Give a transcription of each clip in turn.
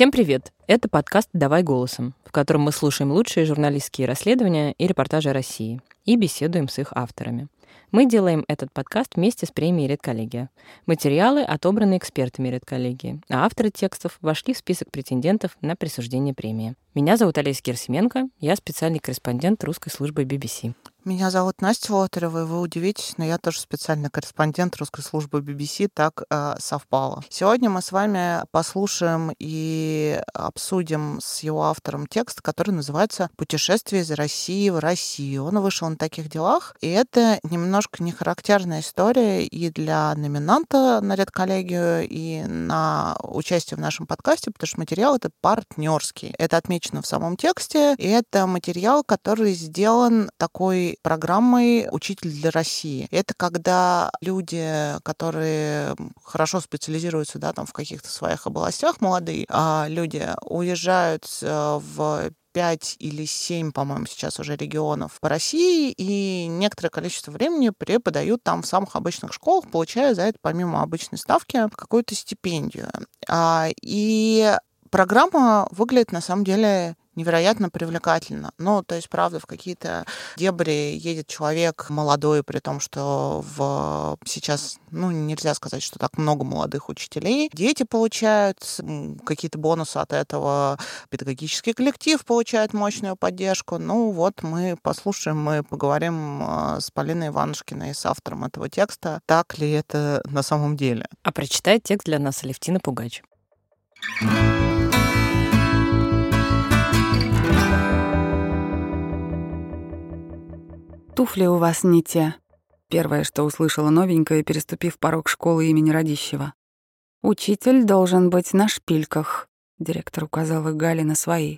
Всем привет! Это подкаст «Давай голосом», в котором мы слушаем лучшие журналистские расследования и репортажи о России и беседуем с их авторами. Мы делаем этот подкаст вместе с премией «Редколлегия». Материалы отобраны экспертами «Редколлегии», а авторы текстов вошли в список претендентов на присуждение премии. Меня зовут Олеся Герасименко, я специальный корреспондент русской службы BBC. Меня зовут Настя Лотарева, и вы удивитесь, но я тоже специальный корреспондент русской службы BBC, так совпало. Сегодня мы с вами послушаем и обсудим с его автором текст, который называется «Путешествие из России в Россию». Он вышел на таких делах, и это немножко нехарактерная история и для номинанта на редколлегию, и на участие в нашем подкасте, потому что материал этот партнерский. Это отмечено в самом тексте, и это материал, который сделан такой программой «Учитель для России». Это когда люди, которые хорошо специализируются, да, там, в каких-то своих областях, молодые люди, уезжают в 5 или 7, по-моему, сейчас уже регионов по России, и некоторое количество времени преподают там в самых обычных школах, получая за это, помимо обычной ставки, какую-то стипендию. И программа выглядит, на самом деле, невероятно привлекательно. Ну, то есть, правда, в какие-то дебри едет человек молодой, при том, что сейчас, нельзя сказать, что так много молодых учителей. Дети получают какие-то бонусы от этого, педагогический коллектив получает мощную поддержку. Мы послушаем, мы поговорим с Полиной Иванушкиной, с автором этого текста, так ли это на самом деле. А прочитает текст для нас Алевтина Пугач. «Туфли у вас не те», — первое, что услышала новенькая, переступив порог школы имени Радищева. «Учитель должен быть на шпильках», — директор указала Гале на свои.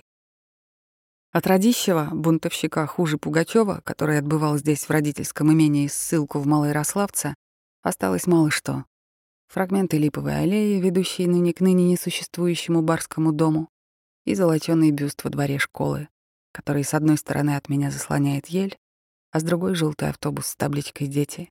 От Радищева, бунтовщика хуже Пугачева, который отбывал здесь в родительском имении ссылку в Малоярославце, осталось мало что. Фрагменты липовой аллеи, ведущие ныне к ныне несуществующему барскому дому, и золочёный бюст во дворе школы, который с одной стороны от меня заслоняет ель, а с другой — желтый автобус с табличкой «Дети».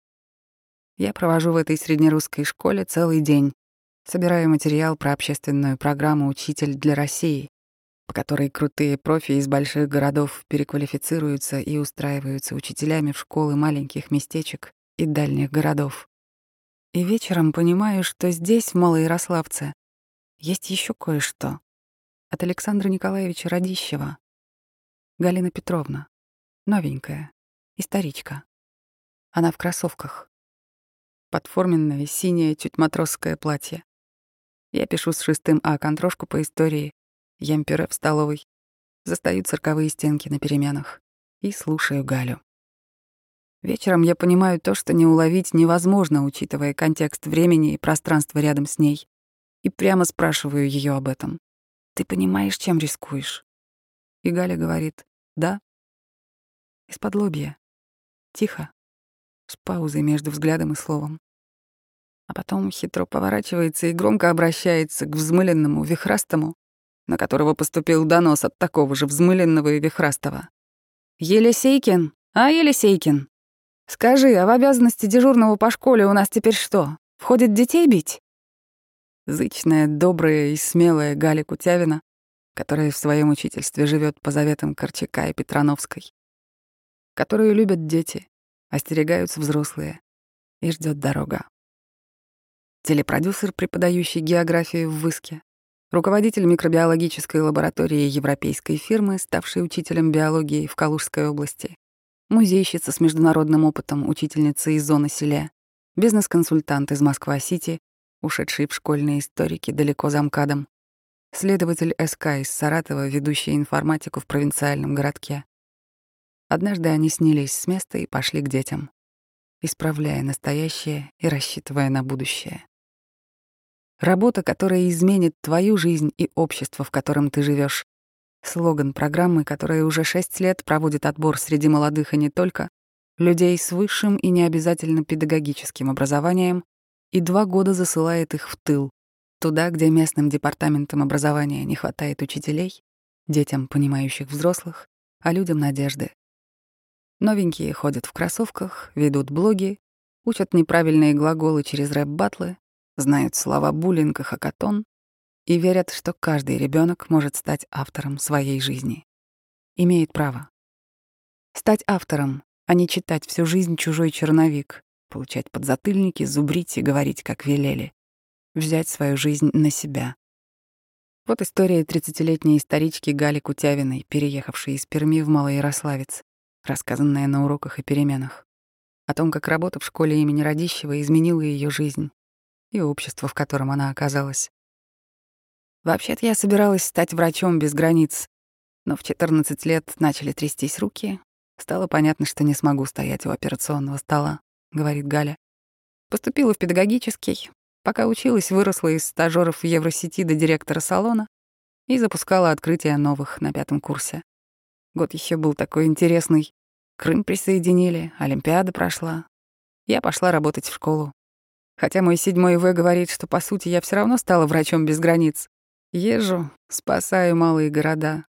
Я провожу в этой среднерусской школе целый день, собираю материал про общественную программу «Учитель для России», по которой крутые профи из больших городов переквалифицируются и устраиваются учителями в школы маленьких местечек и дальних городов. И вечером понимаю, что здесь, в Малоярославце, есть еще кое-что. От Александра Николаевича Радищева. Галина Петровна. Новенькая. Историчка. Она в кроссовках. Подформенное синее, чуть матросское платье. Я пишу с 6 А контрошку по истории, ем пюре в столовой, застаю цирковые стенки на переменах и слушаю Галю. Вечером я понимаю то, что не уловить невозможно, учитывая контекст времени и пространства рядом с ней, и прямо спрашиваю ее об этом. «Ты понимаешь, чем рискуешь?» И Галя говорит «да». Из-под лобья. Тихо, с паузой между взглядом и словом. А потом хитро поворачивается и громко обращается к взмыленному вихрастому, на которого поступил донос от такого же взмыленного и вихрастого. «Елисейкин, Елисейкин, скажи, а в обязанности дежурного по школе у нас теперь что, входит детей бить?» Зычная, добрая и смелая Галя Кутявина, которая в своем учительстве живет по заветам Корчака и Петрановской, которую любят дети, остерегаются взрослые, и ждет дорога. Телепродюсер, преподающий географию в Выске, руководитель микробиологической лаборатории европейской фирмы, ставший учителем биологии в Калужской области, музейщица с международным опытом, учительница из зоны селе, бизнес-консультант из Москва-Сити, ушедший в школьные историки далеко за МКАДом, следователь СК из Саратова, ведущий информатику в провинциальном городке. Однажды они снялись с места и пошли к детям, исправляя настоящее и рассчитывая на будущее. Работа, которая изменит твою жизнь и общество, в котором ты живешь. Слоган программы, которая уже 6 лет проводит отбор среди молодых и не только, людей с высшим и необязательно педагогическим образованием, и 2 года засылает их в тыл, туда, где местным департаментам образования не хватает учителей, детям, понимающих взрослых, а людям надежды. Новенькие ходят в кроссовках, ведут блоги, учат неправильные глаголы через рэп-баттлы, знают слова буллинг и хакатон, и верят, что каждый ребенок может стать автором своей жизни. Имеет право. Стать автором, а не читать всю жизнь чужой черновик, получать подзатыльники, зубрить и говорить, как велели. Взять свою жизнь на себя. Вот история 30-летней старички Гали Кутявиной, переехавшей из Перми в Малоярославец, рассказанная на уроках и переменах. О том, как работа в школе имени Радищева изменила ее жизнь и общество, в котором она оказалась. Вообще-то я собиралась стать врачом без границ, но в 14 лет начали трястись руки. Стало понятно, что не смогу стоять у операционного стола, говорит Галя. Поступила в педагогический. Пока училась, выросла из стажёров в Евросети до директора салона и запускала открытия новых на 5 курсе. Год еще был такой интересный. Крым присоединили, Олимпиада прошла. Я пошла работать в школу. Хотя мой 7 В говорит, что, по сути, я все равно стала врачом без границ. Езжу, спасаю малые города.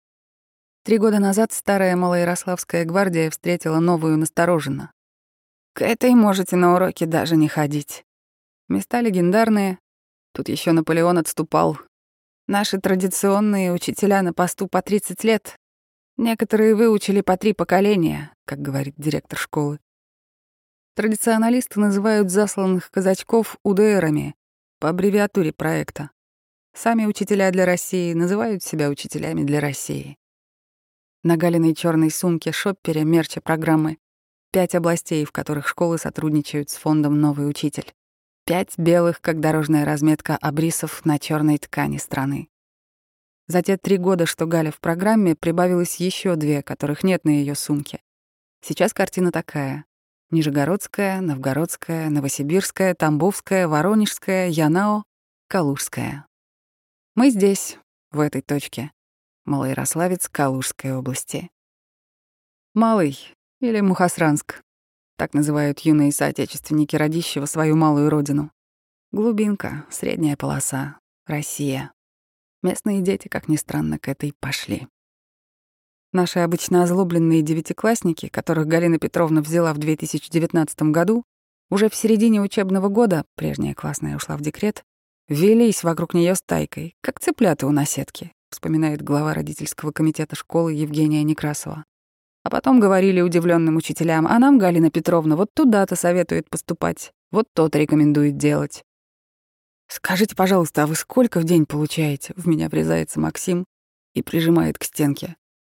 3 года назад старая Малоярославская гвардия встретила новую настороженно. К этой можете на уроки даже не ходить. Места легендарные. Тут еще Наполеон отступал. Наши традиционные учителя на посту по 30 лет. Некоторые выучили по 3 поколения, как говорит директор школы. Традиционалисты называют засланных казачков УДРами по аббревиатуре проекта. Сами учителя для России называют себя учителями для России. На Галиной черной сумке-шоппере мерча программы 5 областей, в которых школы сотрудничают с фондом «Новый учитель». 5 белых, как дорожная разметка, абрисов на черной ткани страны. За те 3 года, что Галя в программе, прибавилось еще 2, которых нет на ее сумке. Сейчас картина такая: Нижегородская, Новгородская, Новосибирская, Тамбовская, Воронежская, Янао, Калужская. Мы здесь, в этой точке. Малоярославец Калужской области. Малый или Мухосранск. Так называют юные соотечественники Радищева свою малую родину. Глубинка, средняя полоса, Россия. Местные дети, как ни странно, к этой пошли. Наши обычно озлобленные девятиклассники, которых Галина Петровна взяла в 2019 году, уже в середине учебного года, прежняя классная ушла в декрет, велись вокруг нее стайкой, как цыплята у наседки, вспоминает глава родительского комитета школы Евгения Некрасова. А потом говорили удивленным учителям: а нам Галина Петровна вот туда-то советует поступать, вот то-то рекомендует делать. «Скажите, пожалуйста, а вы сколько в день получаете?» В меня врезается Максим и прижимает к стенке.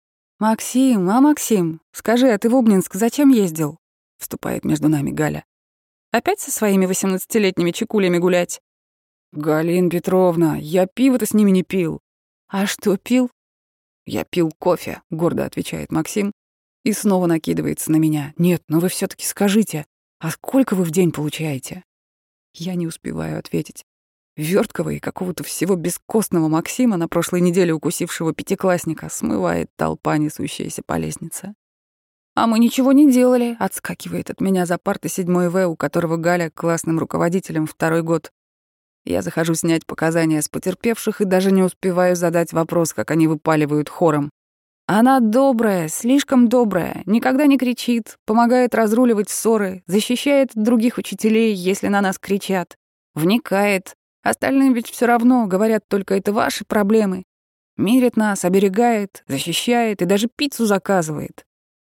Максим, скажи, а ты в Обнинск зачем ездил?» Вступает между нами Галя. «Опять со своими 18-летними чекулями гулять?» «Галина Петровна, я пиво-то с ними не пил». «А что пил?» «Я пил кофе», — гордо отвечает Максим и снова накидывается на меня. «Нет, но вы все таки скажите, а сколько вы в день получаете?» Я не успеваю ответить. Верткого и какого-то всего бескостного Максима, на прошлой неделе укусившего 5-классника, смывает толпа, несущаяся по лестнице. «А мы ничего не делали», — отскакивает от меня за парты 7 В, у которого Галя классным руководителем 2-й год. Я захожу снять показания с потерпевших и даже не успеваю задать вопрос, как они выпаливают хором. «Она добрая, слишком добрая, никогда не кричит, помогает разруливать ссоры, защищает других учителей, если на нас кричат, вникает. Остальным ведь все равно, говорят только, это ваши проблемы. Мирит нас, оберегает, защищает и даже пиццу заказывает».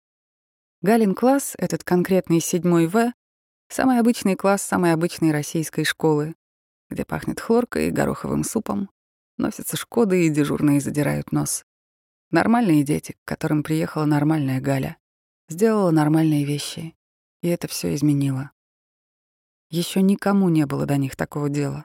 Галин класс, этот конкретный 7 В, самый обычный класс самой обычной российской школы, где пахнет хлоркой и гороховым супом, носятся Шкоды и дежурные задирают нос. Нормальные дети, к которым приехала нормальная Галя, сделала нормальные вещи, и это все изменило. Еще никому не было до них такого дела.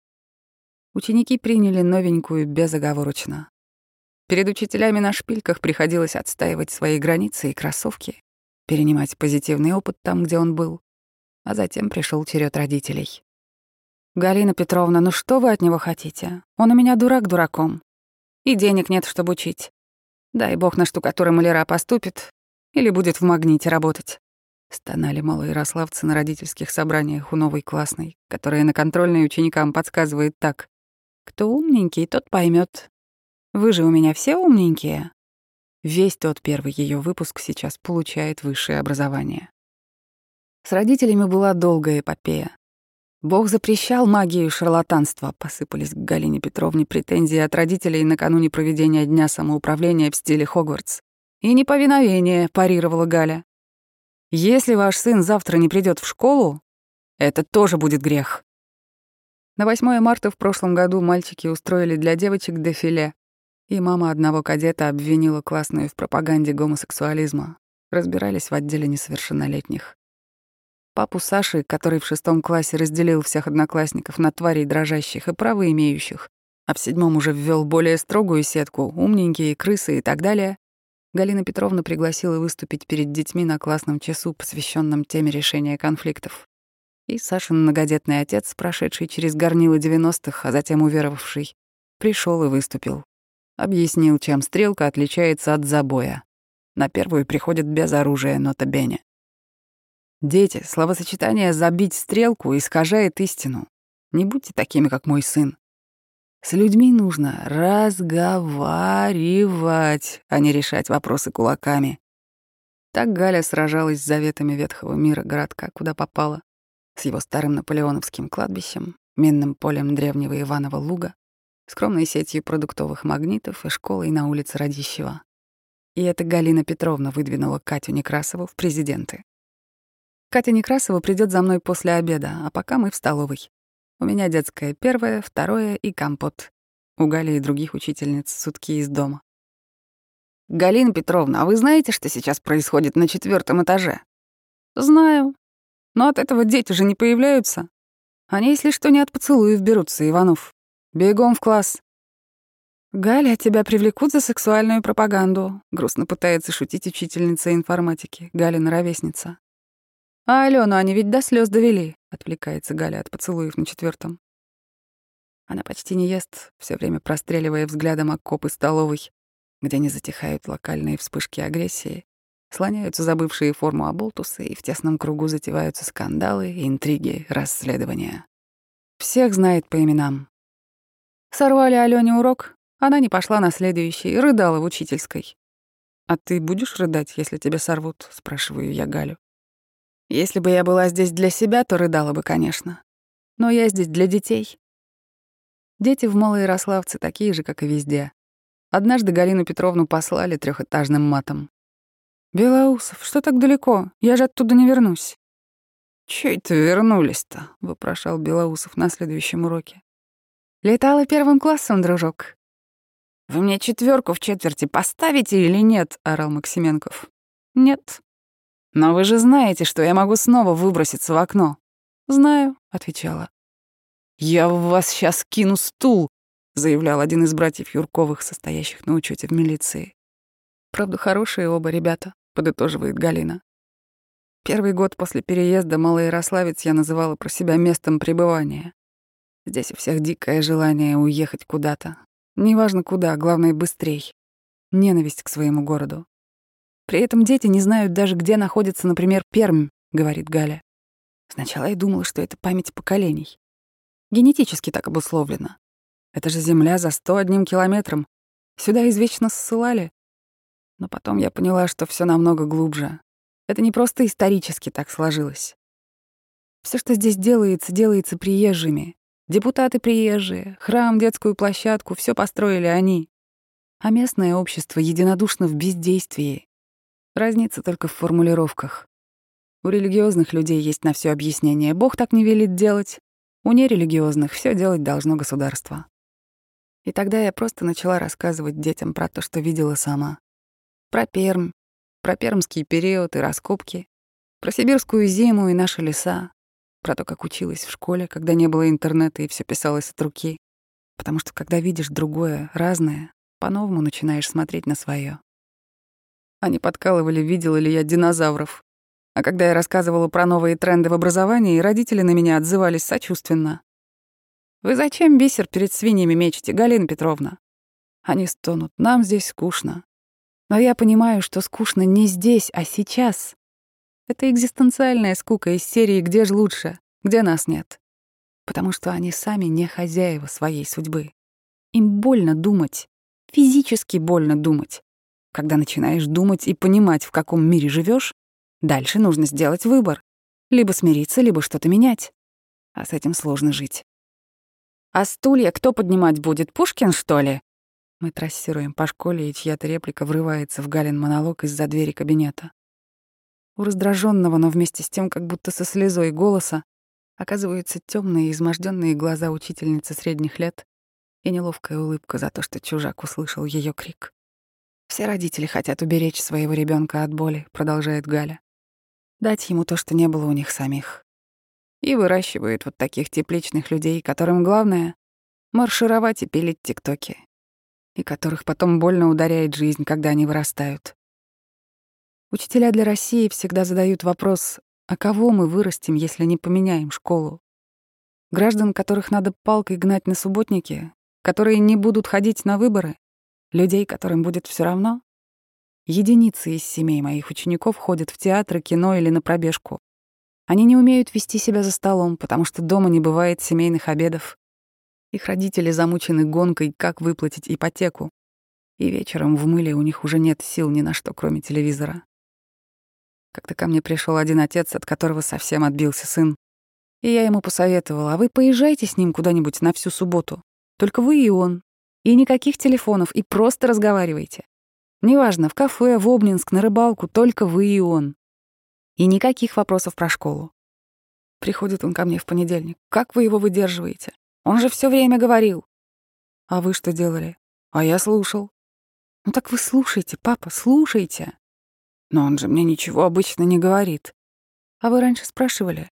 Ученики приняли новенькую безоговорочно. Перед учителями на шпильках приходилось отстаивать свои границы и кроссовки, перенимать позитивный опыт там, где он был, а затем пришел черед родителей. «Галина Петровна, ну что вы от него хотите? Он у меня дурак дураком. И денег нет, чтобы учить. Дай бог, на штукатуры маляра поступит или будет в магните работать», — стонали малоярославцы на родительских собраниях у новой классной, которая на контрольной ученикам подсказывает так: «Кто умненький, тот поймет. Вы же у меня все умненькие». Весь тот первый ее выпуск сейчас получает высшее образование. С родителями была долгая эпопея. Бог запрещал магию и шарлатанство, посыпались к Галине Петровне претензии от родителей накануне проведения Дня самоуправления в стиле Хогвартс. И неповиновение, парировала Галя. Если ваш сын завтра не придет в школу, это тоже будет грех. На 8 марта в прошлом году мальчики устроили для девочек дефиле, и мама одного кадета обвинила классную в пропаганде гомосексуализма. Разбирались в отделе несовершеннолетних. Папу Саши, который в 6 классе разделил всех одноклассников на тварей дрожащих и право имеющих, а в 7 уже ввел более строгую сетку «умненькие», «крысы» и так далее, Галина Петровна пригласила выступить перед детьми на классном часу, посвященном теме решения конфликтов. И Сашин многодетный отец, прошедший через горнило 90-х, а затем уверовавший, пришел и выступил. Объяснил, чем стрелка отличается от забоя. На первую приходит без оружия, нота бене. Дети, словосочетание «забить стрелку» искажает истину. Не будьте такими, как мой сын. С людьми нужно разговаривать, а не решать вопросы кулаками. Так Галя сражалась с заветами ветхого мира городка, куда попала, с его старым наполеоновским кладбищем, минным полем древнего Иванова луга, скромной сетью продуктовых магнитов и школой на улице Радищева. И это Галина Петровна выдвинула Катю Некрасову в президенты. Катя Некрасова придет за мной после обеда, а пока мы в столовой. У меня детское 1, 2 и компот. У Гали и других учительниц сутки из дома. «Галина Петровна, а вы знаете, что сейчас происходит на 4 этаже?» «Знаю. Но от этого дети же не появляются. Они, если что, не от поцелуев берутся, Иванов. Бегом в класс». «Галя, тебя привлекут за сексуальную пропаганду», — грустно пытается шутить учительница информатики, Галина ровесница. «А Алёну они ведь до слез довели», — отвлекается Галя от поцелуев на 4. Она почти не ест, все время простреливая взглядом окопы столовой, где не затихают локальные вспышки агрессии, слоняются забывшие форму оболтусы, и в тесном кругу затеваются скандалы, интриги, расследования. Всех знает по именам. Сорвали Алёне урок, она не пошла на следующий, рыдала в учительской. «А ты будешь рыдать, если тебя сорвут?» — спрашиваю я Галю. «Если бы я была здесь для себя, то рыдала бы, конечно. Но я здесь для детей». Дети в Малоярославце такие же, как и везде. Однажды Галину Петровну послали 3-этажным матом. «Белоусов, что так далеко? Я же оттуда не вернусь». «Чё это вернулись-то?» — вопрошал Белоусов на следующем уроке. «Летала 1 классом, дружок». «Вы мне 4 в четверти поставите или нет?» — орал Максименков. «Нет». «Но вы же знаете, что я могу снова выброситься в окно». «Знаю», — отвечала. «Я в вас сейчас кину стул», — заявлял один из братьев Юрковых, состоящих на учете в милиции. «Правда, хорошие оба ребята», — подытоживает Галина. Первый год после переезда Малоярославец я называла про себя местом пребывания. Здесь у всех дикое желание уехать куда-то. Неважно куда, главное — быстрей. Ненависть к своему городу. При этом дети не знают даже, где находится, например, Пермь, говорит Галя. Сначала я думала, что это память поколений. Генетически так обусловлено. Это же земля за 101 километром. Сюда извечно ссылали. Но потом я поняла, что все намного глубже. Это не просто исторически так сложилось. Все, что здесь делается, делается приезжими. Депутаты приезжие, храм, детскую площадку — все построили они. А местное общество единодушно в бездействии. Разница только в формулировках. У религиозных людей есть на все объяснение. Бог так не велит делать. У нерелигиозных все делать должно государство. И тогда я просто начала рассказывать детям про то, что видела сама. Про Пермь, про пермский период и раскопки, про сибирскую зиму и наши леса, про то, как училась в школе, когда не было интернета и все писалось от руки. Потому что когда видишь другое, разное, по-новому начинаешь смотреть на свое. Они подкалывали, видела ли я динозавров. А когда я рассказывала про новые тренды в образовании, родители на меня отзывались сочувственно. «Вы зачем бисер перед свиньями мечете, Галина Петровна?» Они стонут. «Нам здесь скучно». Но я понимаю, что скучно не здесь, а сейчас. Это экзистенциальная скука из серии «Где ж лучше?», где нас нет. Потому что они сами не хозяева своей судьбы. Им больно думать, физически больно думать. Когда начинаешь думать и понимать, в каком мире живешь, дальше нужно сделать выбор. Либо смириться, либо что-то менять. А с этим сложно жить. «А стулья кто поднимать будет, Пушкин, что ли?» Мы трассируем по школе, и чья-то реплика врывается в Галин монолог из-за двери кабинета. У раздраженного, но вместе с тем как будто со слезой голоса оказываются темные, изможденные глаза учительницы средних лет и неловкая улыбка за то, что чужак услышал ее крик. «Все родители хотят уберечь своего ребенка от боли», — продолжает Галя. «Дать ему то, что не было у них самих». И выращивают вот таких тепличных людей, которым главное — маршировать и пилить тиктоки, и которых потом больно ударяет жизнь, когда они вырастают. Учителя для России всегда задают вопрос: а кого мы вырастим, если не поменяем школу? Граждан, которых надо палкой гнать на субботники, которые не будут ходить на выборы, людей, которым будет все равно? Единицы из семей моих учеников ходят в театры, кино или на пробежку. Они не умеют вести себя за столом, потому что дома не бывает семейных обедов. Их родители замучены гонкой, как выплатить ипотеку. И вечером в мыле у них уже нет сил ни на что, кроме телевизора. Как-то ко мне пришел один отец, от которого совсем отбился сын. И я ему посоветовала: а вы поезжайте с ним куда-нибудь на всю субботу. Только вы и он. И никаких телефонов, и просто разговаривайте. Неважно, в кафе, в Обнинск, на рыбалку, только вы и он. И никаких вопросов про школу. Приходит он ко мне в понедельник. Как вы его выдерживаете? Он же все время говорил. А вы что делали? А я слушал. Ну так вы слушайте, папа, слушайте. Но он же мне ничего обычно не говорит. А вы раньше спрашивали?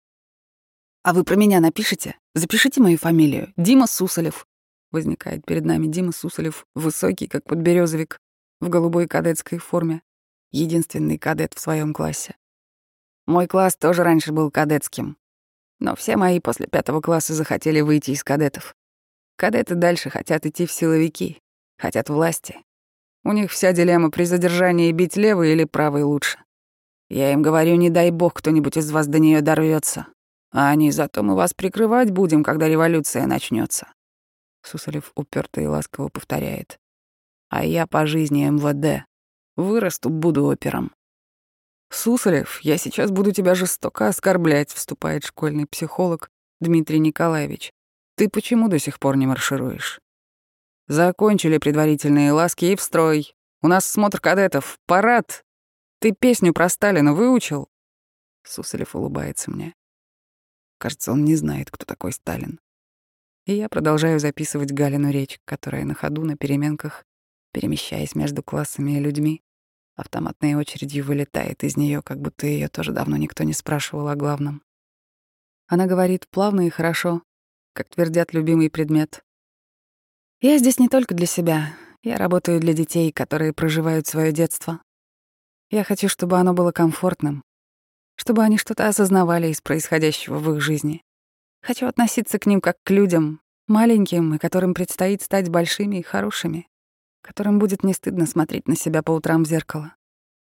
А вы про меня напишите? Запишите мою фамилию. Дима Сусолев. Возникает перед нами Дима Сусолев, высокий, как подберезовик, в голубой кадетской форме. Единственный кадет в своем классе. Мой класс тоже раньше был кадетским. Но все мои после 5 класса захотели выйти из кадетов. Кадеты дальше хотят идти в силовики, хотят власти. У них вся дилемма при задержании: бить левый или правый лучше. Я им говорю: не дай бог кто-нибудь из вас до нее дорвется. А они: зато мы вас прикрывать будем, когда революция начнется. Сусолев уперто и ласково повторяет: а я по жизни МВД. Вырасту, буду опером. «Сусолев, я сейчас буду тебя жестоко оскорблять», — вступает школьный психолог Дмитрий Николаевич. «Ты почему до сих пор не маршируешь?» «Закончили предварительные ласки и в строй. У нас смотр кадетов. Парад. Ты песню про Сталина выучил?» Сусолев улыбается мне. Кажется, он не знает, кто такой Сталин. И я продолжаю записывать Галину речь, которая на ходу, на переменках, перемещаясь между классами и людьми, автоматной очередью вылетает из нее, как будто ее тоже давно никто не спрашивал о главном. Она говорит плавно и хорошо, как твердят любимый предмет. «Я здесь не только для себя. Я работаю для детей, которые проживают свое детство. Я хочу, чтобы оно было комфортным, чтобы они что-то осознавали из происходящего в их жизни. Хочу относиться к ним как к людям, маленьким, и которым предстоит стать большими и хорошими, которым будет не стыдно смотреть на себя по утрам в зеркало.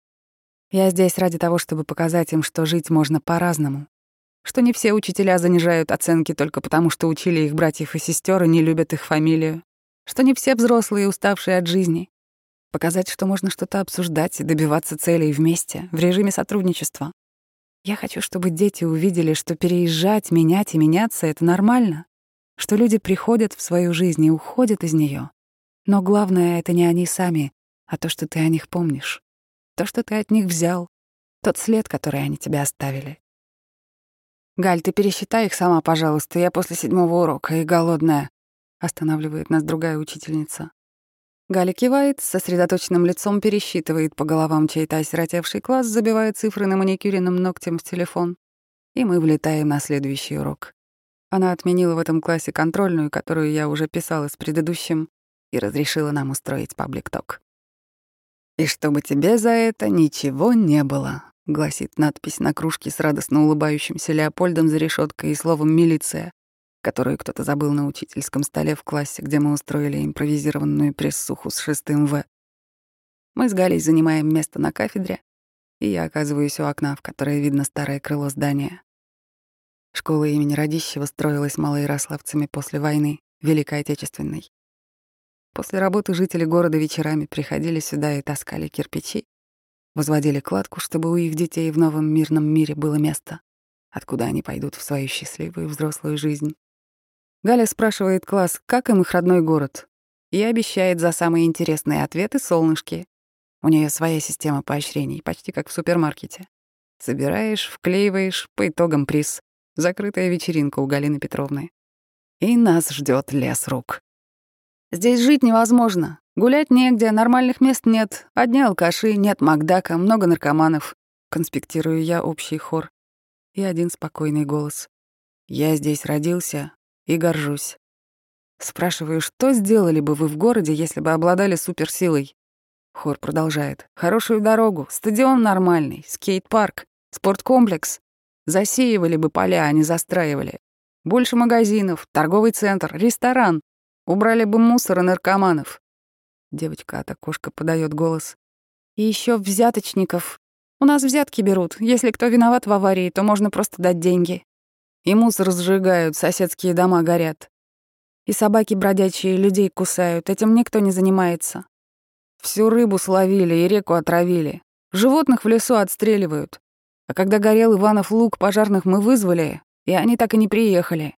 Я здесь ради того, чтобы показать им, что жить можно по-разному, что не все учителя занижают оценки только потому, что учили их братьев и сестер и не любят их фамилию, что не все взрослые, уставшие от жизни. Показать, что можно что-то обсуждать и добиваться целей вместе, в режиме сотрудничества. Я хочу, чтобы дети увидели, что переезжать, менять и меняться — это нормально, что люди приходят в свою жизнь и уходят из нее. Но главное — это не они сами, а то, что ты о них помнишь, то, что ты от них взял, тот след, который они тебе оставили. «Галь, ты пересчитай их сама, пожалуйста, я после 7-го урока и голодная», — останавливает нас другая учительница. Галя кивает, с сосредоточенным лицом пересчитывает по головам чей-то осиротевший класс, забивая цифры на маникюренным ногтем в телефон, и мы влетаем на следующий урок. Она отменила в этом классе контрольную, которую я уже писала с предыдущим, и разрешила нам устроить паблик-ток. «И чтобы тебе за это ничего не было», — гласит надпись на кружке с радостно улыбающимся Леопольдом за решеткой и словом «милиция», которую кто-то забыл на учительском столе в классе, где мы устроили импровизированную прессуху с 6-м В. Мы с Галей занимаем место на кафедре, и я оказываюсь у окна, в которое видно старое крыло здания. Школа имени Радищева строилась малоярославцами после войны, Великой Отечественной. После работы жители города вечерами приходили сюда и таскали кирпичи, возводили кладку, чтобы у их детей в новом мирном мире было место, откуда они пойдут в свою счастливую взрослую жизнь. Галя спрашивает класс, как им их родной город, и обещает за самые интересные ответы солнышки. У нее своя система поощрений, почти как в супермаркете. Собираешь, вклеиваешь, по итогам приз. Закрытая вечеринка у Галины Петровны. И нас ждет лес рук. Здесь жить невозможно. Гулять негде, нормальных мест нет. Одни алкаши, нет Макдака, много наркоманов. Конспектирую я общий хор. И один спокойный голос. Я здесь родился и горжусь. Спрашиваю, что сделали бы вы в городе, если бы обладали суперсилой? Хор продолжает. Хорошую дорогу, стадион нормальный, скейт-парк, спорткомплекс. Засеивали бы поля, а не застраивали. Больше магазинов, торговый центр, ресторан. Убрали бы мусор и наркоманов. Девочка от окошка подает голос. И еще взяточников. У нас взятки берут. Если кто виноват в аварии, то можно просто дать деньги. И мусор сжигают, соседские дома горят. И собаки бродячие людей кусают. Этим никто не занимается. Всю рыбу словили и реку отравили. Животных в лесу отстреливают. А когда горел Иванов луг, пожарных мы вызвали, и они так и не приехали.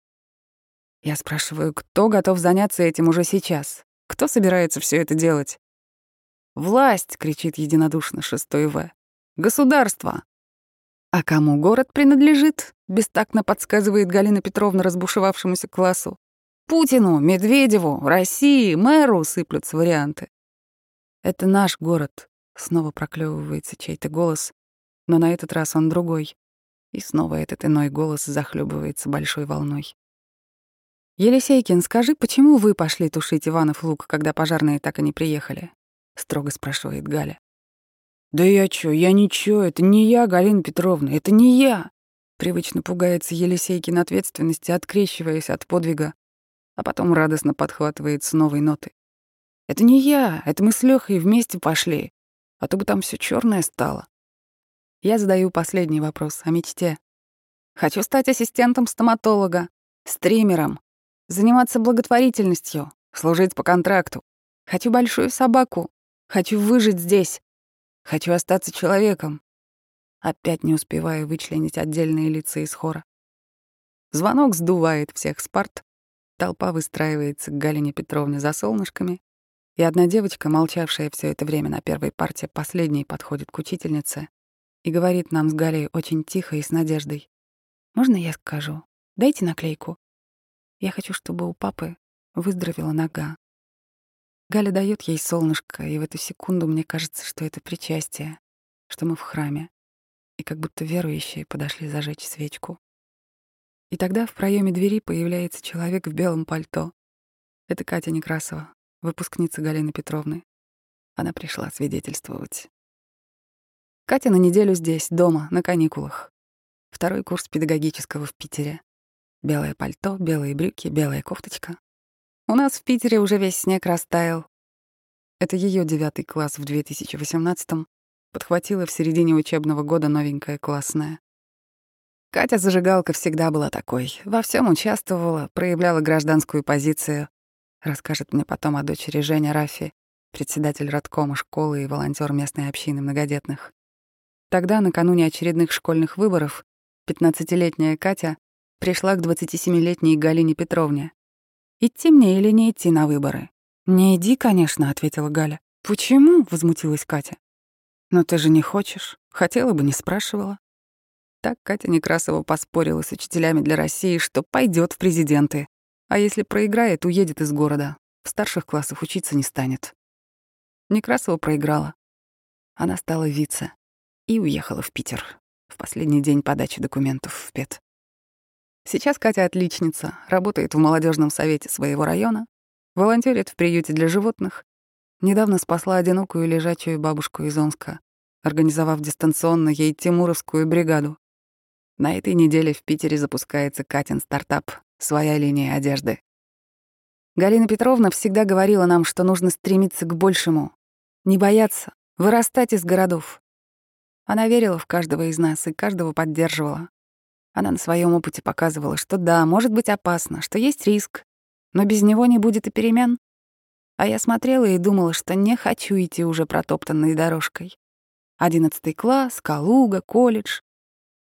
Я спрашиваю, кто готов заняться этим уже сейчас? Кто собирается все это делать? «Власть!» — кричит единодушно 6 В. «Государство!» «А кому город принадлежит?» — бестактно подсказывает Галина Петровна разбушевавшемуся классу. «Путину, Медведеву, России, мэру!» — сыплются варианты. «Это наш город», — снова проклёвывается чей-то голос, но на этот раз он другой. И снова этот иной голос захлебывается большой волной. «Елисейкин, скажи, почему вы пошли тушить Иванов луг, когда пожарные так и не приехали?» — строго спрашивает Галя. «Да я чё, я ничего, это не я, Галина Петровна, это не я!» Привычно пугается Елисейкин ответственности, открещиваясь от подвига, а потом радостно подхватывает с новой ноты. «Это не я, это мы с Лёхой вместе пошли, а то бы там всё чёрное стало». Я задаю последний вопрос о мечте. Хочу стать ассистентом стоматолога, стримером, заниматься благотворительностью, служить по контракту. Хочу большую собаку. Хочу выжить здесь. Хочу остаться человеком. Опять не успеваю вычленить отдельные лица из хора. Звонок сдувает всех с парт. Толпа выстраивается к Галине Петровне за солнышками. И одна девочка, молчавшая все это время на первой парте, последней подходит к учительнице и говорит нам с Галей очень тихо и с надеждой. «Можно я скажу? Дайте наклейку. Я хочу, чтобы у папы выздоровела нога». Галя дает ей солнышко, и в эту секунду мне кажется, что это причастие, что мы в храме, и как будто верующие подошли зажечь свечку. И тогда в проеме двери появляется человек в белом пальто. Это Катя Некрасова, выпускница Галины Петровны. Она пришла свидетельствовать. Катя на неделю здесь, дома, на каникулах. 2-й курс педагогического в Питере. Белое пальто, белые брюки, белая кофточка. У нас в Питере уже весь снег растаял. Это ее 9 класс в 2018-м подхватила в середине учебного года новенькая классная. Катя зажигалка всегда была такой. Во всем участвовала, проявляла гражданскую позицию. Расскажет мне потом о дочери Женя Рафи, председатель радкома школы и волонтер местной общины многодетных. Тогда, накануне очередных школьных выборов, 15-летняя Катя пришла к 27-летней Галине Петровне. «Идти мне или не идти на выборы?» «Не иди, конечно», — ответила Галя. «Почему?» — возмутилась Катя. «Но ты же не хочешь. Хотела бы, не спрашивала». Так Катя Некрасова поспорила с учителями для России, что пойдет в президенты. А если проиграет, уедет из города. В старших классах учиться не станет. Некрасова проиграла. Она стала вице и уехала в Питер в последний день подачи документов в ПЕД. Сейчас Катя отличница, работает в молодежном совете своего района, волонтёрит в приюте для животных, недавно спасла одинокую лежачую бабушку из Омска, организовав дистанционно ей тимуровскую бригаду. На этой неделе в Питере запускается Катин стартап «Своя линия одежды». Галина Петровна всегда говорила нам, что нужно стремиться к большему, не бояться, вырастать из городов. Она верила в каждого из нас и каждого поддерживала. Она на своем опыте показывала, что да, может быть опасно, что есть риск, но без него не будет и перемен. А я смотрела и думала, что не хочу идти уже протоптанной дорожкой. 11 класс, Калуга, колледж.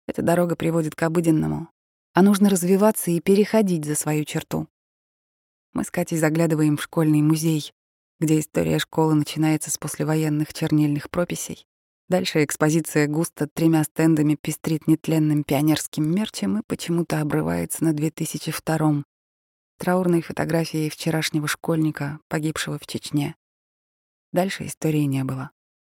Эта дорога приводит к обыденному, а нужно развиваться и переходить за свою черту. Мы с Катей заглядываем в школьный музей, где история школы начинается с послевоенных чернильных прописей. Дальше экспозиция густо 3 стендами пестрит нетленным пионерским мерчем и почему-то обрывается на 2002-м, траурной фотографией вчерашнего школьника, погибшего в Чечне. Дальше истории не было.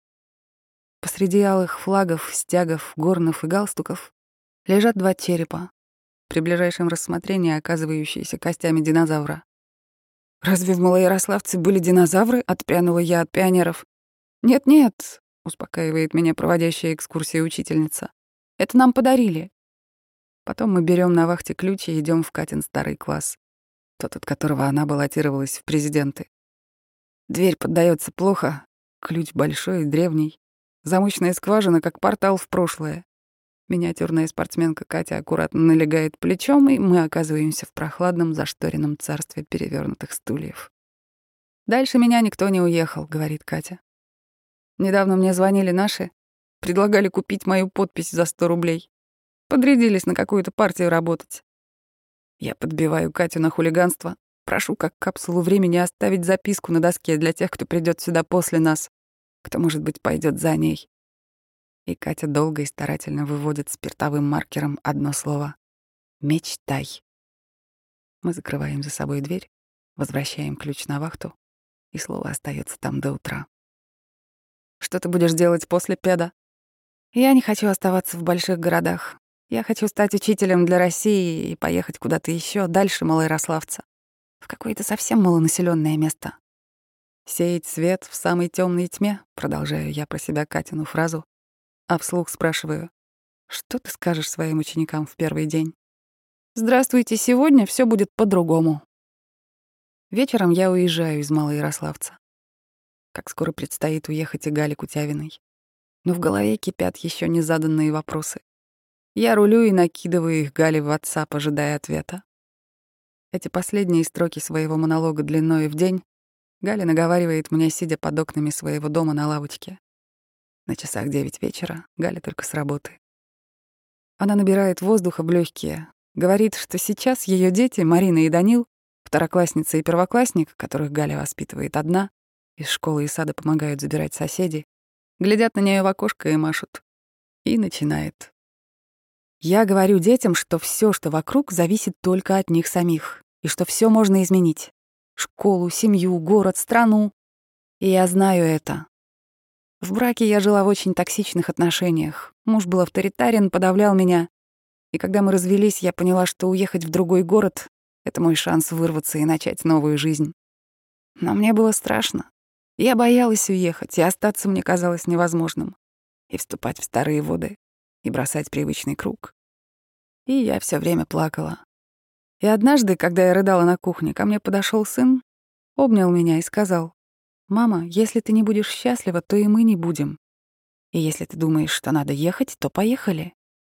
Посреди алых флагов, стягов, горнов и галстуков лежат 2 черепа, при ближайшем рассмотрении оказывающиеся костями динозавра. «Разве в Малоярославце были динозавры?» — отпрянула я от пионеров. «Нет-нет», — успокаивает меня проводящая экскурсия учительница. «Это нам подарили». Потом мы берем на вахте ключ и идем в Катин старый класс, тот, от которого она баллотировалась в президенты. Дверь поддается плохо, ключ большой и древний, замочная скважина, как портал в прошлое. Миниатюрная спортсменка Катя аккуратно налегает плечом, и мы оказываемся в прохладном зашторенном царстве перевернутых стульев. «Дальше меня никто не уехал», — говорит Катя. «Недавно мне звонили наши, предлагали купить мою подпись за 100 рублей. Подрядились на какую-то партию работать. Я подбиваю Катю на хулиганство, прошу как капсулу времени оставить записку на доске для тех, кто придет сюда после нас, кто, может быть, пойдет за ней». И Катя долго и старательно выводит спиртовым маркером одно слово — «Мечтай». Мы закрываем за собой дверь, возвращаем ключ на вахту, и слово остается там до утра. «Что ты будешь делать после педа?» «Я не хочу оставаться в больших городах. Я хочу стать учителем для России и поехать куда-то еще, дальше Малоярославца, в какое-то совсем малонаселенное место». «Сеять свет в самой темной тьме», — продолжаю я про себя Катину фразу, а вслух спрашиваю: «Что ты скажешь своим ученикам в первый день?» «Здравствуйте, сегодня все будет по-другому». Вечером я уезжаю из Малоярославца. Как скоро предстоит уехать и Гале Кутявиной. Но в голове кипят еще незаданные вопросы. Я рулю и накидываю их Гале в WhatsApp, ожидая ответа. Эти последние строки своего монолога длиной в день Галя наговаривает мне, сидя под окнами своего дома на лавочке. На часах 9 вечера, Галя только с работы. Она набирает воздуха в легкие, говорит, что сейчас ее дети, Марина и Данил, второклассница и первоклассник, которых Галя воспитывает одна, из школы и сада помогают забирать соседи, глядят на нее в окошко и машут. И начинает. «Я говорю детям, что все, что вокруг, зависит только от них самих, и что все можно изменить. Школу, семью, город, страну. И я знаю это. В браке я жила в очень токсичных отношениях. Муж был авторитарен, подавлял меня. И когда мы развелись, я поняла, что уехать в другой город — это мой шанс вырваться и начать новую жизнь. Но мне было страшно. Я боялась уехать, и остаться мне казалось невозможным. И вступать в старые воды, и бросать привычный круг. И я все время плакала. И однажды, когда я рыдала на кухне, ко мне подошел сын, обнял меня и сказал: «Мама, если ты не будешь счастлива, то и мы не будем. И если ты думаешь, что надо ехать, то поехали».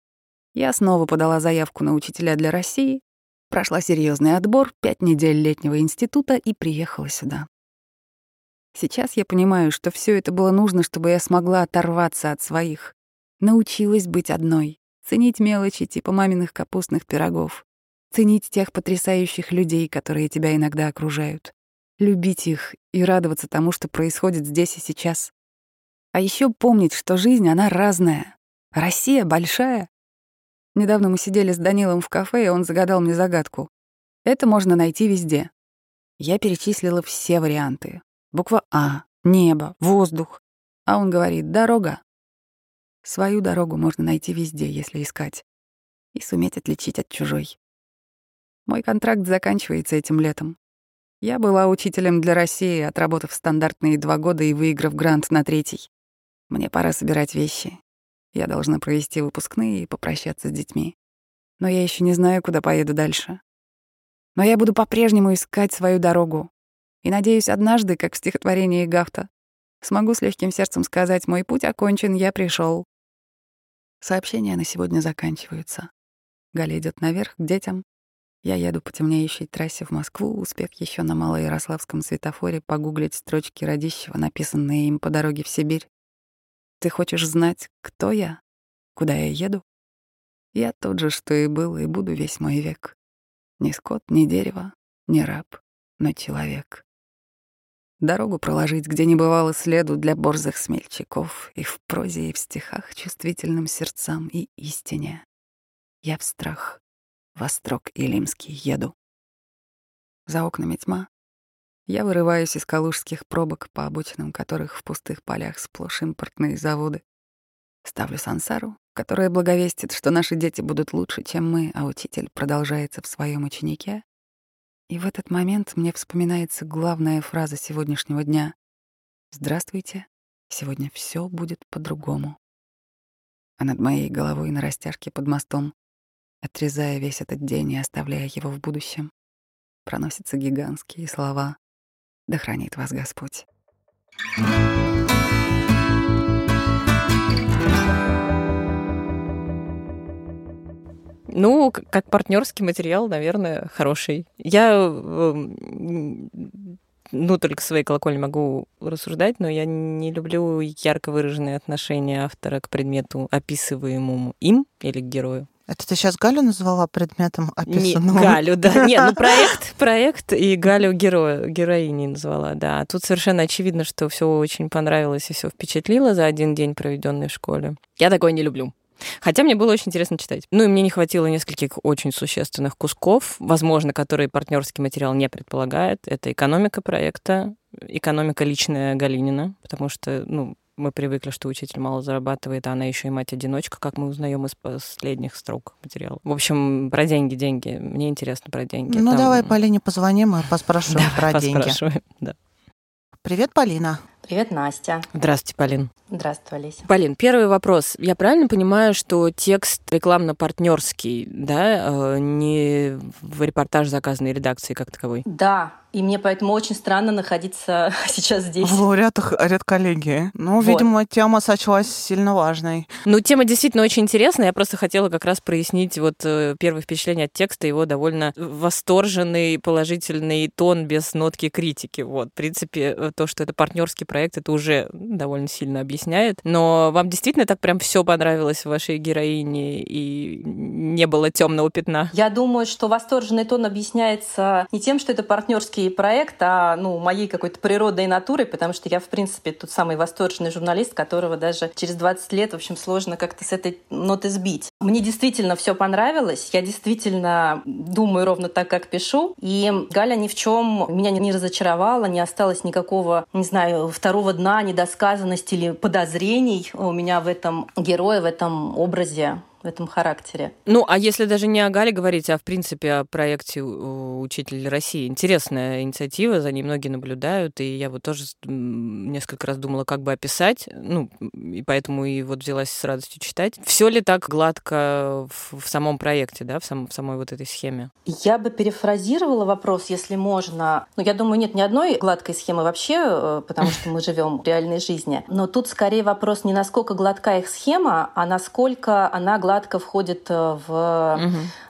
Я снова подала заявку на учителя для России, прошла серьезный отбор, 5 недель летнего института и приехала сюда. Сейчас я понимаю, что все это было нужно, чтобы я смогла оторваться от своих, научилась быть одной, ценить мелочи типа маминых капустных пирогов, ценить тех потрясающих людей, которые тебя иногда окружают, любить их и радоваться тому, что происходит здесь и сейчас. А еще помнить, что жизнь, она разная. Россия большая. Недавно мы сидели с Данилом в кафе, и он загадал мне загадку. Это можно найти везде. Я перечислила все варианты. Буква А, небо, воздух. А он говорит: дорога. Свою дорогу можно найти везде, если искать. И суметь отличить от чужой. Мой контракт заканчивается этим летом. Я была учителем для России, отработав стандартные 2 года и выиграв грант на 3-й. Мне пора собирать вещи. Я должна провести выпускные и попрощаться с детьми. Но я еще не знаю, куда поеду дальше. Но я буду по-прежнему искать свою дорогу. И надеюсь, однажды, как в стихотворении Гафта, смогу с легким сердцем сказать: «Мой путь окончен, я пришел». Сообщения на сегодня заканчиваются. Галя идет наверх к детям. Я еду по темнеющей трассе в Москву, успев еще на Малоярославском светофоре погуглить строчки Радищева, написанные им по дороге в Сибирь. Ты хочешь знать, кто я? Куда я еду? Я тот же, что и был, и буду весь мой век. Ни скот, ни дерево, ни раб, но человек. Дорогу проложить, где не бывало следу для борзых смельчаков, и в прозе, и в стихах чувствительным сердцам и истине. Я в страх, во строк илимский еду. За окнами тьма. Я вырываюсь из калужских пробок, по обочинам которых в пустых полях сплошь импортные заводы. Ставлю сансару, которая благовестит, что наши дети будут лучше, чем мы, а учитель продолжается в своем ученике. И в этот момент мне вспоминается главная фраза сегодняшнего дня. «Здравствуйте, сегодня все будет по-другому». А над моей головой на растяжке под мостом, отрезая весь этот день и оставляя его в будущем, проносятся гигантские слова «Да хранит вас Господь». Ну, как партнерский материал, наверное, хороший. Я, только своей колокольни могу рассуждать, но я не люблю ярко выраженные отношения автора к предмету, описываемому им или к герою. Это ты сейчас Галю назвала предметом описанным? Не, Галю, да. Нет, проект и Галю героиней назвала, да. Тут совершенно очевидно, что все очень понравилось и все впечатлило за один день, проведенный в школе. Я такое не люблю. Хотя мне было очень интересно читать. И мне не хватило нескольких очень существенных кусков, возможно, которые партнерский материал не предполагает. Это экономика проекта, экономика личная Галинина, потому что, мы привыкли, что учитель мало зарабатывает, а она еще и мать-одиночка, как мы узнаем из последних строк материала. В общем, про деньги. Мне интересно про деньги. Давай Полине позвоним и поспрашиваем про деньги. Да. Привет, Полина. Привет, Настя. Здравствуйте, Полин. Здравствуй, Олеся. Полин, первый вопрос. Я правильно понимаю, что текст рекламно-партнерский, да, не в репортаж заказанной редакции как таковой? Да, и мне поэтому очень странно находиться сейчас здесь. В лауреатах редколлегии. Видимо, тема сочлась сильно важной. Тема действительно очень интересная. Я просто хотела как раз прояснить первое впечатление от текста, его довольно восторженный, положительный тон без нотки критики. В принципе, то, что это партнерский проект, это уже довольно сильно объясняет. Но вам действительно так прям все понравилось в вашей героине и не было темного пятна? Я думаю, что восторженный тон объясняется не тем, что это партнерский проект, а моей какой-то природной натурой, потому что я, в принципе, тот самый восторженный журналист, которого даже через 20 лет, в общем, сложно как-то с этой ноты сбить. Мне действительно все понравилось. Я действительно думаю ровно так, как пишу. И Галя ни в чем меня не разочаровала, не осталось никакого, второго дна, недосказанности или подозрений у меня в этом герое, в этом образе, в этом характере. А если даже не о Гале говорить, а в принципе о проекте «Учитель России». Интересная инициатива, за ней многие наблюдают, и я тоже несколько раз думала, как бы описать, и поэтому и взялась с радостью читать. Все ли так гладко в самом проекте, да, в самой этой схеме? Я бы перефразировала вопрос, если можно. Я думаю, нет ни одной гладкой схемы вообще, потому что мы живем в реальной жизни. Но тут скорее вопрос не насколько гладка их схема, а насколько она гладко входит в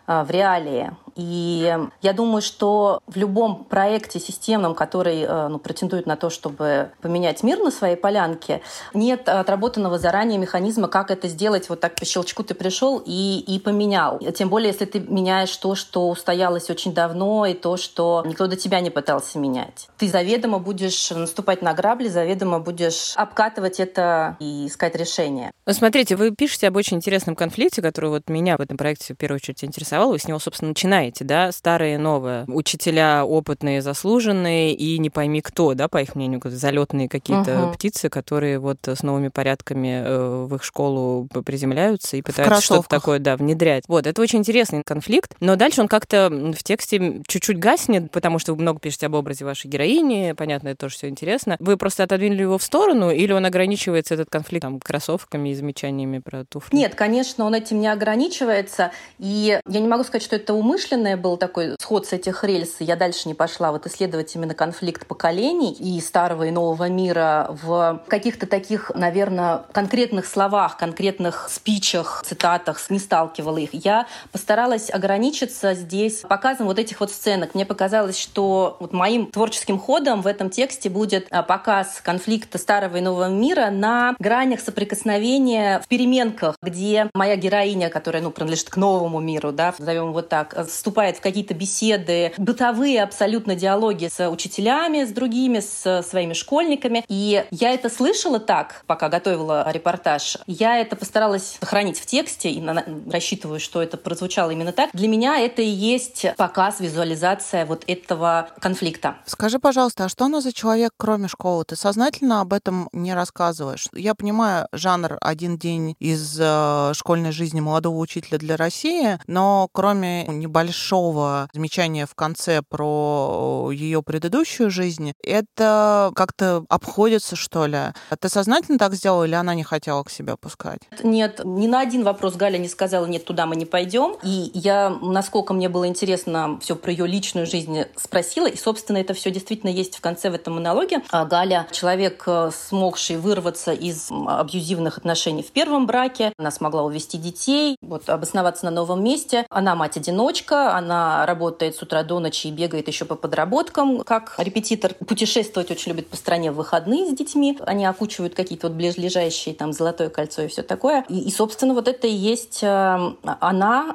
реалии. И я думаю, что в любом проекте системном, который претендует на то, чтобы поменять мир на своей полянке, нет отработанного заранее механизма, как это сделать. Так по щелчку ты пришел и поменял. Тем более, если ты меняешь то, что устоялось очень давно, и то, что никто до тебя не пытался менять. Ты заведомо будешь наступать на грабли, заведомо будешь обкатывать это и искать решение. Смотрите, вы пишете об очень интересном конфликте, который меня в этом проекте в первую очередь интересовал. Вы с него, собственно, начинаете, да, старые и новые. Учителя опытные, заслуженные и не пойми кто, да, по их мнению, залетные какие-то птицы, которые с новыми порядками в их школу приземляются и пытаются что-то такое, внедрять. Это очень интересный конфликт, но дальше он как-то в тексте чуть-чуть гаснет, потому что вы много пишете об образе вашей героини, понятно, это тоже все интересно. Вы просто отодвинули его в сторону, или он ограничивается, этот конфликт, кроссовками и замечаниями про туфли? Нет, конечно, он этим не ограничивается, и я не могу сказать, что это умышленно, вымышленное, был такой сход с этих рельс, и я дальше не пошла исследовать именно конфликт поколений и старого и нового мира в каких-то таких, наверное, конкретных словах, конкретных спичах, цитатах, не сталкивала их. Я постаралась ограничиться здесь показом этих сценок. Мне показалось, что моим творческим ходом в этом тексте будет показ конфликта старого и нового мира на гранях соприкосновения, в переменках, где моя героиня, которая принадлежит к новому миру, назовем его так, вступает в какие-то беседы, бытовые абсолютно диалоги с учителями, с другими, с своими школьниками. И я это слышала так, пока готовила репортаж. Я это постаралась сохранить в тексте и рассчитываю, что это прозвучало именно так. Для меня это и есть показ, визуализация этого конфликта. Скажи, пожалуйста, а что она за человек, кроме школы? Ты сознательно об этом не рассказываешь? Я понимаю жанр «Один день из школьной жизни молодого учителя для России», но кроме небольшого замечания в конце про ее предыдущую жизнь, это как-то обходится, что ли? Ты сознательно так сделала или она не хотела к себе пускать? Нет, ни на один вопрос Галя не сказала: нет, туда мы не пойдем. И я, насколько мне было интересно все про ее личную жизнь, спросила. И, собственно, это все действительно есть в конце в этом монологе. Галя — человек, смогший вырваться из абьюзивных отношений в первом браке. Она смогла увести детей, обосноваться на новом месте. Она мать-одиночка, она работает с утра до ночи и бегает еще по подработкам как репетитор. Путешествовать очень любит по стране в выходные с детьми. Они окучивают какие-то ближайшие, Золотое кольцо и все такое. И собственно, это и есть она.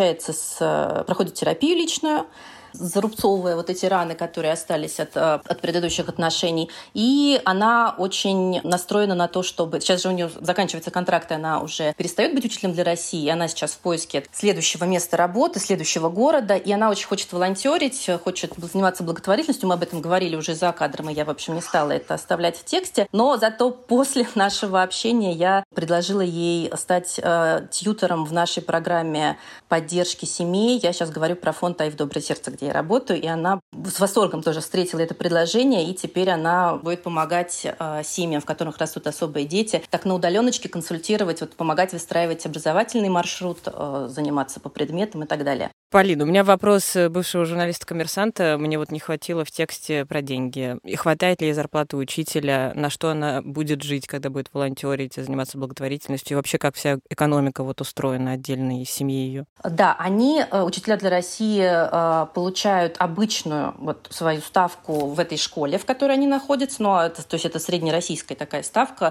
Общается проходит терапию личную, зарубцовывая эти раны, которые остались от предыдущих отношений. И она очень настроена на то, чтобы... Сейчас же у нее заканчивается контракт, и она уже перестает быть учителем для России. И она сейчас в поиске следующего места работы, следующего города. И она очень хочет волонтерить, хочет заниматься благотворительностью. Мы об этом говорили уже за кадром, и я, в общем, не стала это оставлять в тексте. Но зато после нашего общения я предложила ей стать тьютором в нашей программе поддержки семей. Я сейчас говорю про фонд «Ай в доброе сердце», где я работаю, и она с восторгом тоже встретила это предложение, и теперь она будет помогать семьям, в которых растут особые дети, так на удаленочке консультировать, помогать выстраивать образовательный маршрут, заниматься по предметам и так далее. Полина, у меня вопрос бывшего журналиста-коммерсанта. Мне не хватило в тексте про деньги. И хватает ли ей зарплаты учителя? На что она будет жить, когда будет волонтерить, заниматься благотворительностью? И вообще, как вся экономика устроена отдельно из семьи ее? Да, они, учителя для России, получают обычную свою ставку в этой школе, в которой они находятся. То есть это среднероссийская такая ставка,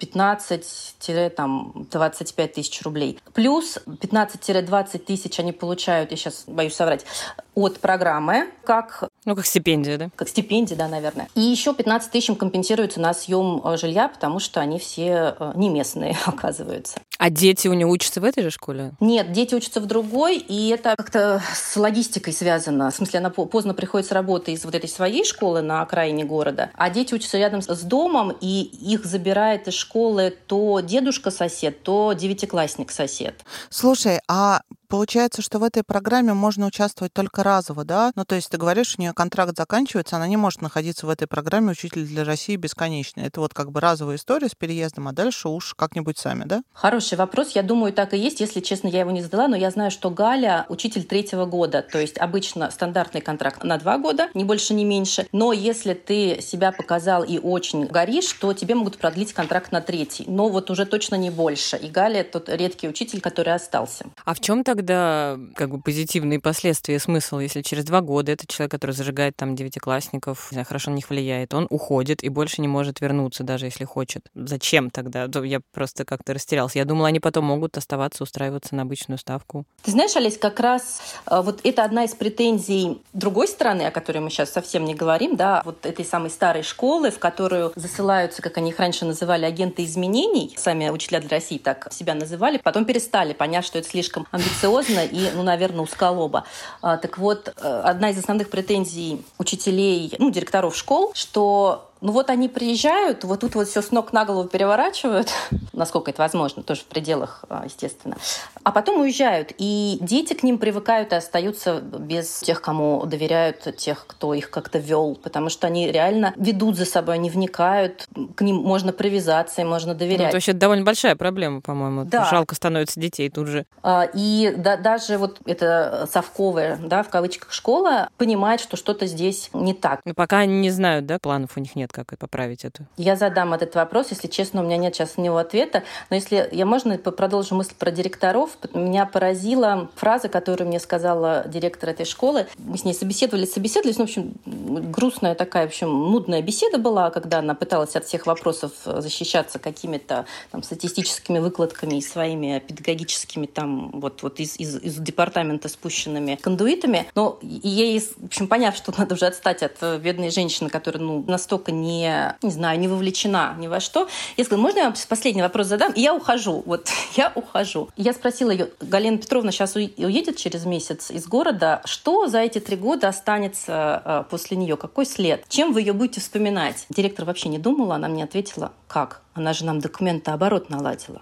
15-25 тысяч рублей. Плюс 15-20 тысяч они получают, я сейчас боюсь соврать, от программы, как стипендия, да? Как стипендия, да, наверное. И еще 15 тысяч им компенсируется на съем жилья, потому что они все не местные, оказывается. А дети у нее учатся в этой же школе? Нет, дети учатся в другой, и это как-то с логистикой связано. В смысле, она поздно приходит с работы из этой своей школы на окраине города, а дети учатся рядом с домом, и их забирает из школы то дедушка-сосед, то девятиклассник-сосед. Слушай, а получается, что в этой программе можно участвовать только разово, да? То есть ты говоришь, у нее контракт заканчивается, она не может находиться в этой программе «Учитель для России» бесконечно. Это разовая история с переездом, а дальше уж как-нибудь сами, да? Хороший вопрос. Я думаю, так и есть. Если честно, я его не задала, но я знаю, что Галя учитель 3-го года. То есть обычно стандартный контракт на 2 года, ни больше, ни меньше. Но если ты себя показал и очень горишь, то тебе могут продлить контракт на 3-й. Но уже точно не больше. И Галя тот редкий учитель, который остался. А в чем тогда позитивные последствия, смысл, если через 2 года этот человек, который зажигает девятиклассников, хорошо на них влияет, он уходит и больше не может вернуться, даже если хочет? Зачем тогда? Я просто как-то растерялась. Я думала, они потом могут оставаться, устраиваться на обычную ставку. Ты знаешь, Олесь, как раз это одна из претензий другой стороны, о которой мы сейчас совсем не говорим, да, этой самой старой школы, в которую засылаются, как они их раньше называли, агенты изменений. Сами учителя для России так себя называли. Потом перестали, поняв, что это слишком амбициозно и, наверное, узколобо. Так одна из основных претензий учителей, директоров школ, что Ну вот они приезжают, вот тут вот все с ног на голову переворачивают, насколько это возможно, тоже в пределах, естественно. А потом уезжают, и дети к ним привыкают и остаются без тех, кому доверяют, тех, кто их как-то вел, потому что они реально ведут за собой, они вникают, к ним можно привязаться, им можно доверять. Это вообще довольно большая проблема, по-моему. Да. Жалко становится детей тут же. И даже вот эта совковая, да, в кавычках, школа понимает, что что-то здесь не так. Но пока они не знают, да, планов у них нет, как поправить это. Я задам этот вопрос, если честно, у меня нет сейчас на него ответа, но если я можно продолжу мысль про директоров, меня поразила фраза, которую мне сказала директор этой школы. Мы с ней собеседовались, ну, в общем, грустная такая, в общем, нудная беседа была, когда она пыталась от всех вопросов защищаться какими-то там статистическими выкладками и своими педагогическими там вот из департамента спущенными кондуитами. Но ей, в общем, поняв, что надо уже отстать от бедной женщины, которая настолько не знаю, не вовлечена ни во что. Я сказала, можно я вам последний вопрос задам? И я ухожу. Вот, я ухожу. И я спросила ее, Галина Петровна сейчас уедет через месяц из города. Что за эти 3 года останется после нее? Какой след? Чем вы ее будете вспоминать? Директор вообще не думала, она мне ответила, как? Она же нам документооборот наладила.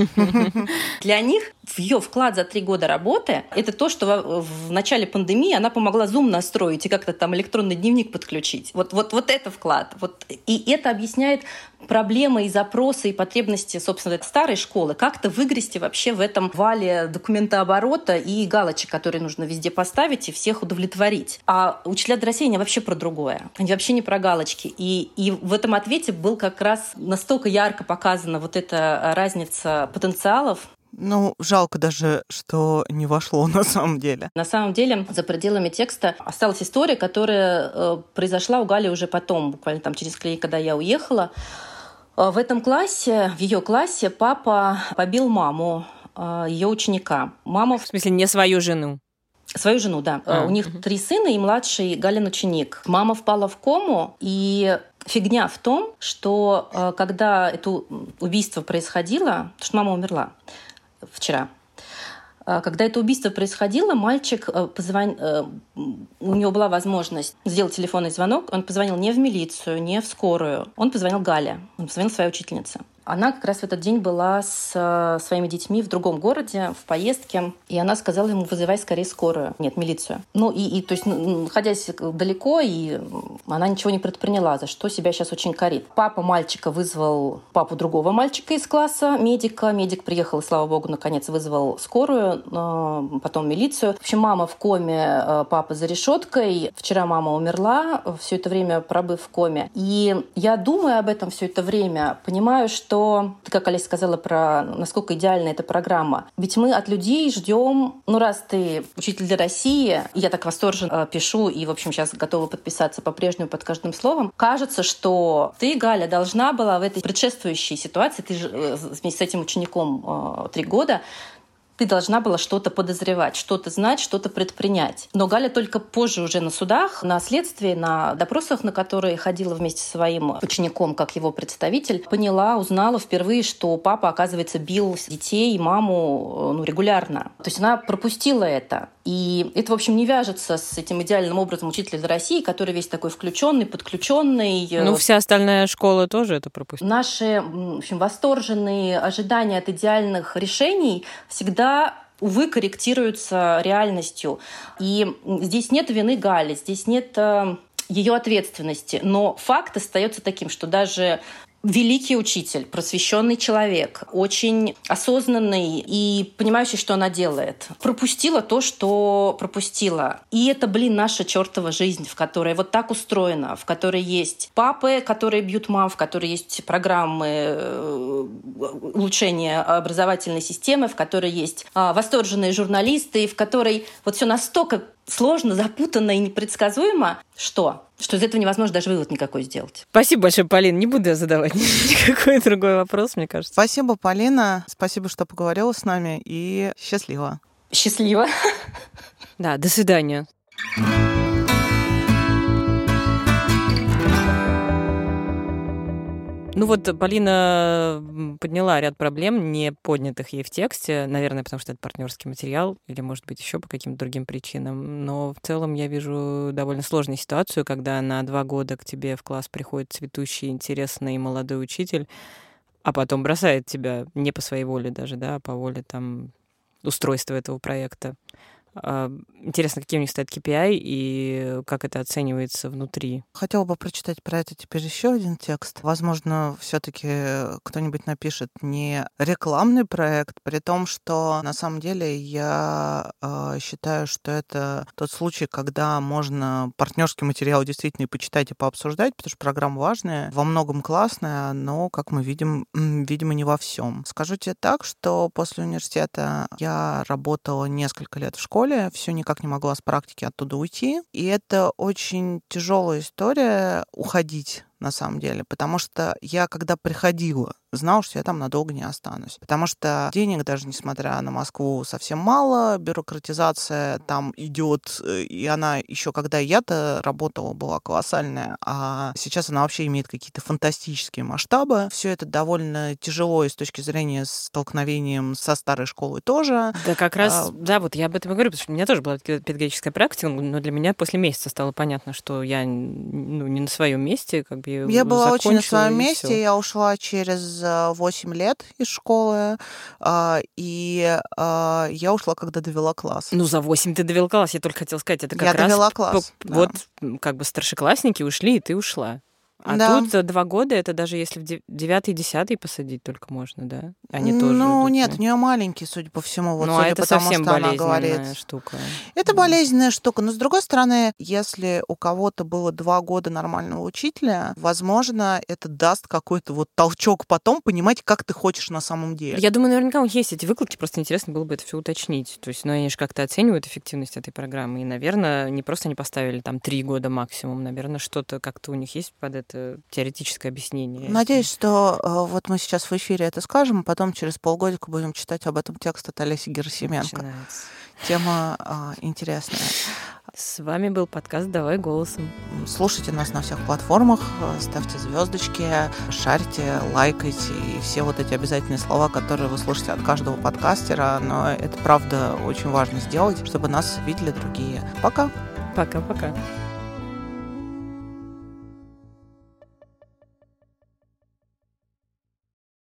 Для них ее вклад за 3 года работы — это то, что в начале пандемии она помогла Zoom настроить и как-то там электронный дневник подключить. Вот это вклад. И это объясняет проблемы и запросы и потребности, собственно, старой школы. Как-то выгрести вообще в этом вале документооборота и галочек, которые нужно везде поставить и всех удовлетворить. А учителя доросления вообще про другое. Они вообще не про галочки. И в этом ответе был как раз настолько ярко показана вот эта разница потенциалов. Ну, жалко даже, что не вошло на самом деле. На самом деле, за пределами текста осталась история, которая произошла у Гали уже потом, буквально там через клей, когда я уехала. В этом классе, в ее классе, папа побил маму ее ученика. Мама... В смысле, не свою жену? Свою жену, да. У них 3 сына и младший Галин ученик. Мама впала в кому, и фигня в том, что когда это убийство происходило, потому что мама умерла вчера, когда это убийство происходило, мальчик у него была возможность сделать телефонный звонок. Он позвонил не в милицию, не в скорую. Он позвонил Гале. Он позвонил своей учительнице. Она как раз в этот день была с своими детьми в другом городе, в поездке, и она сказала ему, вызывай скорее скорую. Нет, милицию. Ну, то есть, находясь далеко, и она ничего не предприняла, за что себя сейчас очень корит. Папа мальчика вызвал папу другого мальчика из класса, медика. Медик приехал, и, слава богу, наконец вызвал скорую, потом милицию. В общем, мама в коме, папа за решеткой. Вчера мама умерла, все это время пробыв в коме. И я думаю об этом все это время, понимаю, что ты, как Олеся сказала, про насколько идеальна эта программа. Ведь мы от людей ждем, раз ты учитель для России, я так восторженно пишу и, в общем, сейчас готова подписаться по-прежнему под каждым словом, кажется, что ты, Галя, должна была в этой предшествующей ситуации, ты же вместе с этим учеником 3 года, ты должна была что-то подозревать, что-то знать, что-то предпринять. Но Галя только позже уже на судах, на следствии, на допросах, на которые ходила вместе со своим учеником, как его представитель, узнала впервые, что папа, оказывается, бил детей и маму регулярно. То есть она пропустила это. И это, в общем, не вяжется с этим идеальным образом учителя для России, который весь такой включенный, подключенный. Вся остальная школа тоже это пропустила. Наши, в общем, восторженные ожидания от идеальных решений всегда, увы, корректируются реальностью. И здесь нет вины Гали, здесь нет ее ответственности. Но факт остается таким, что даже великий учитель, просвещенный человек, очень осознанный и понимающий, что она делает, пропустила то, что пропустила. И это, наша чертова жизнь, в которой вот так устроена, в которой есть папы, которые бьют мам, в которой есть программы улучшения образовательной системы, в которой есть восторженные журналисты, в которой вот все настолько сложно, запутанно и непредсказуемо, что из этого невозможно даже вывод никакой сделать. Спасибо большое, Полина. Не буду я задавать никакой другой вопрос, мне кажется. Спасибо, Полина. Спасибо, что поговорила с нами. И счастливо. Счастливо. Да, до свидания. Ну вот Полина подняла ряд проблем, не поднятых ей в тексте, наверное, потому что это партнерский материал, или, может быть, еще по каким-то другим причинам. Но в целом я вижу довольно сложную ситуацию, когда на 2 года к тебе в класс приходит цветущий, интересный молодой учитель, а потом бросает тебя не по своей воле даже, да, а по воле там устройства этого проекта. Интересно, какие у них стоят KPI и как это оценивается внутри. Хотела бы прочитать про это теперь еще один текст. Возможно, все-таки кто-нибудь напишет не рекламный проект, при том, что на самом деле я считаю, что это тот случай, когда можно партнерский материал действительно и почитать, и пообсуждать, потому что программа важная, во многом классная, но, как мы видим, видимо, не во всем. Скажу тебе так, что после университета я работала несколько лет в школе, все никак не могла с практики оттуда уйти. И это очень тяжелая история уходить, на самом деле, потому что я, когда приходила, знала, что я там надолго не останусь. Потому что денег, даже несмотря на Москву, совсем мало, бюрократизация там идет, и она еще, когда я-то работала, была колоссальная, а сейчас она вообще имеет какие-то фантастические масштабы. Все это довольно тяжело и с точки зрения столкновением со старой школой тоже. Да, как раз, да, вот я об этом и говорю, потому что у меня тоже была педагогическая практика, но для меня после месяца стало понятно, что я не на своем месте, как бы я была очень на своем месте, всё. я ушла через 8 лет из школы, и я ушла, когда довела класс. Ну, за 8 ты довела класс, я только хотела сказать, это как Я раз довела класс, вот как бы старшеклассники ушли, и ты ушла. А да. тут 2 года, это даже если в 9-й, 10-й посадить только можно, да? Они тоже Ну, идут, нет, да? у нее маленький, судя по всему, вот Ну, судя а это по тому, совсем что она болезненная говорит. штука. Это болезненная штука. Но, с другой стороны, если у кого-то было 2 года нормального учителя, возможно, это даст какой-то вот толчок потом понимать, как ты хочешь на самом деле. Я думаю, наверняка у них есть эти выкладки, просто интересно было бы это все уточнить. То есть, ну, они же как-то оценивают эффективность этой программы. И, наверное, не просто не поставили там 3 года максимум, наверное, что-то как-то у них есть под это теоретическое объяснение. Надеюсь, что вот мы сейчас в эфире это скажем, а потом через полгодика будем читать об этом текст от Олеси Герасименко. Начинается. Тема интересная. С вами был подкаст «Давай голосом». Слушайте нас на всех платформах, ставьте звездочки, шарьте, лайкайте и все вот эти обязательные слова, которые вы слышите от каждого подкастера. Но это, правда, очень важно сделать, чтобы нас видели другие. Пока! Пока-пока.